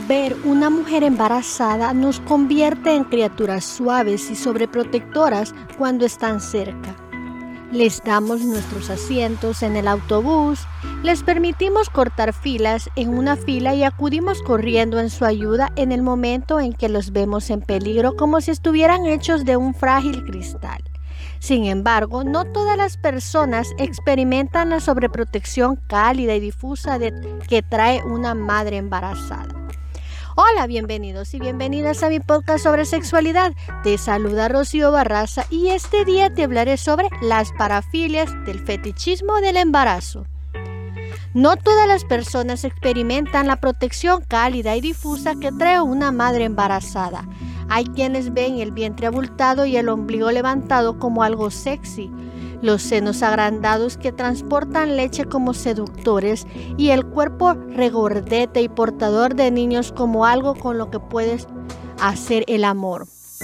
Ver una mujer embarazada nos convierte en criaturas suaves y sobreprotectoras cuando están cerca. Les damos nuestros asientos en el autobús, les permitimos cortar filas en una fila y acudimos corriendo en su ayuda en el momento en que los vemos en peligro como si estuvieran hechos de un frágil cristal. Sin embargo, no todas las personas experimentan la sobreprotección cálida y difusa que trae una madre embarazada. Hola, bienvenidos y bienvenidas a mi podcast sobre sexualidad. Te saluda Rocío Barraza y este día te hablaré sobre las parafilias del fetichismo del embarazo. No todas las personas experimentan la protección cálida y difusa que trae una madre embarazada. Hay quienes ven el vientre abultado y el ombligo levantado como algo sexy, los senos agrandados que transportan leche como seductores y el cuerpo regordete y portador de niños como algo con lo que puedes hacer el amor.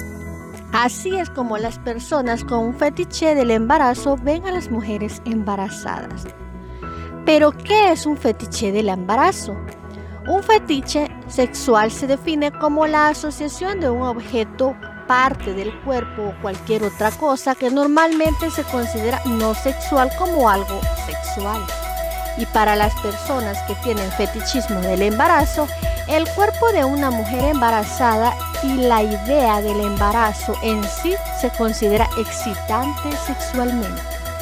Así es como las personas con un fetiche del embarazo ven a las mujeres embarazadas. ¿Pero qué es un fetiche del embarazo? Un fetiche sexual se define como la asociación de un objeto, parte del cuerpo o cualquier otra cosa que normalmente se considera no sexual como algo sexual. Y para las personas que tienen fetichismo del embarazo, el cuerpo de una mujer embarazada y la idea del embarazo en sí se considera excitante sexualmente.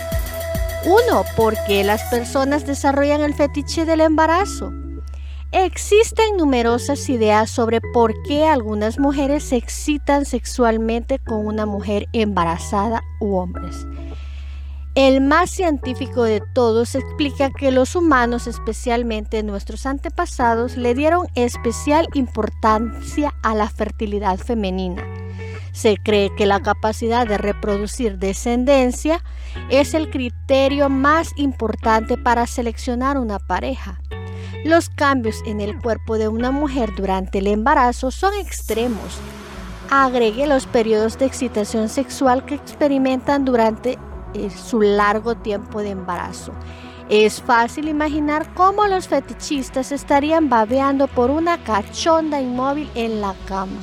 1. ¿Por qué las personas desarrollan el fetiche del embarazo? Existen numerosas ideas sobre por qué algunas mujeres se excitan sexualmente con una mujer embarazada u hombres. El más científico de todos explica que los humanos, especialmente nuestros antepasados, le dieron especial importancia a la fertilidad femenina. Se cree que la capacidad de reproducir descendencia es el criterio más importante para seleccionar una pareja. Los cambios en el cuerpo de una mujer durante el embarazo son extremos. Agregue los periodos de excitación sexual que experimentan durante su largo tiempo de embarazo. Es fácil imaginar cómo los fetichistas estarían babeando por una cachonda inmóvil en la cama.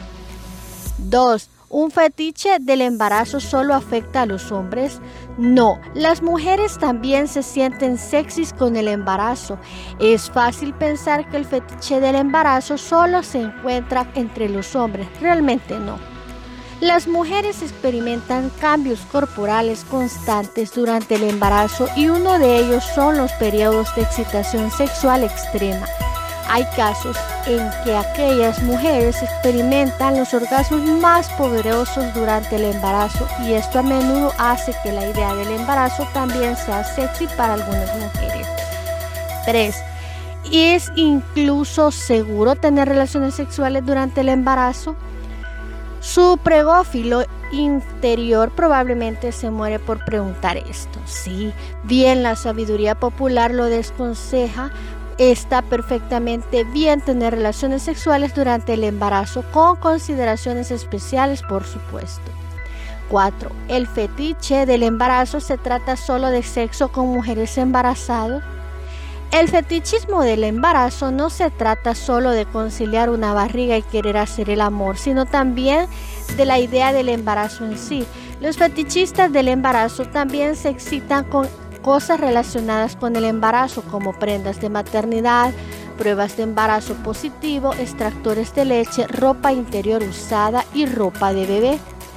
2. ¿Un fetiche del embarazo solo afecta a los hombres? No, las mujeres también se sienten sexys con el embarazo. Es fácil pensar que el fetiche del embarazo solo se encuentra entre los hombres. Realmente no. Las mujeres experimentan cambios corporales constantes durante el embarazo y uno de ellos son los periodos de excitación sexual extrema. Hay casos en que aquellas mujeres experimentan los orgasmos más poderosos durante el embarazo y esto a menudo hace que la idea del embarazo también sea sexy para algunas mujeres. 3. ¿Es incluso seguro tener relaciones sexuales durante el embarazo? Su pregófilo interior probablemente se muere por preguntar esto. Sí, bien, la sabiduría popular lo desconseja. Está perfectamente bien tener relaciones sexuales durante el embarazo con consideraciones especiales, por supuesto. 4. ¿El fetiche del embarazo se trata solo de sexo con mujeres embarazadas? El fetichismo del embarazo no se trata solo de conciliar una barriga y querer hacer el amor, sino también de la idea del embarazo en sí. Los fetichistas del embarazo también se excitan con cosas relacionadas con el embarazo como prendas de maternidad, pruebas de embarazo positivo, extractores de leche, ropa interior usada y ropa de bebé.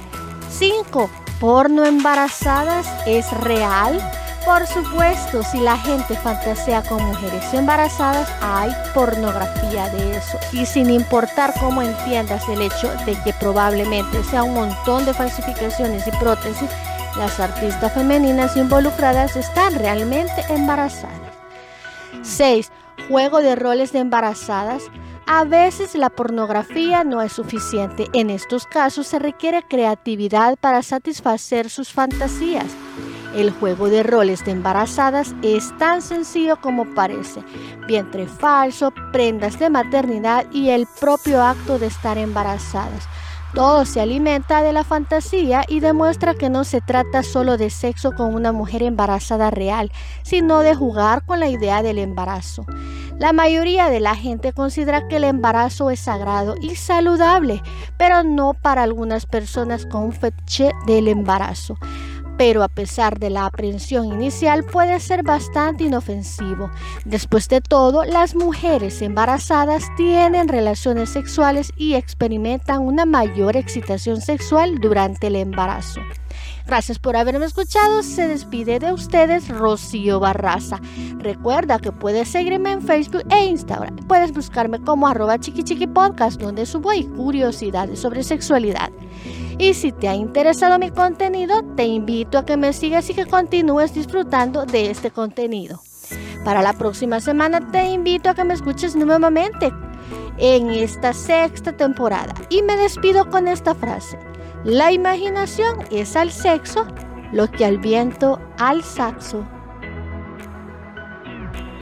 5. ¿Porno embarazadas es real? Por supuesto, si la gente fantasea con mujeres embarazadas, hay pornografía de eso. Y sin importar cómo entiendas el hecho de que probablemente sea un montón de falsificaciones y prótesis, las artistas femeninas involucradas están realmente embarazadas. 6. Juego de roles de embarazadas. A veces la pornografía no es suficiente. En estos casos se requiere creatividad para satisfacer sus fantasías. El juego de roles de embarazadas es tan sencillo como parece. Vientre falso, prendas de maternidad y el propio acto de estar embarazadas. Todo se alimenta de la fantasía y demuestra que no se trata solo de sexo con una mujer embarazada real, sino de jugar con la idea del embarazo. La mayoría de la gente considera que el embarazo es sagrado y saludable, pero no para algunas personas con un fetiche del embarazo. Pero a pesar de la aprensión inicial puede ser bastante inofensivo. Después de todo, las mujeres embarazadas tienen relaciones sexuales y experimentan una mayor excitación sexual durante el embarazo. Gracias por haberme escuchado. Se despide de ustedes Rocío Barraza. Recuerda que puedes seguirme en Facebook e Instagram. Puedes buscarme como @chiquichiquipodcast, donde subo curiosidades sobre sexualidad. Y si te ha interesado mi contenido, te invito a que me sigas y que continúes disfrutando de este contenido. Para la próxima semana te invito a que me escuches nuevamente en esta 6ª temporada. Y me despido con esta frase: la imaginación es al sexo lo que al viento al saxo.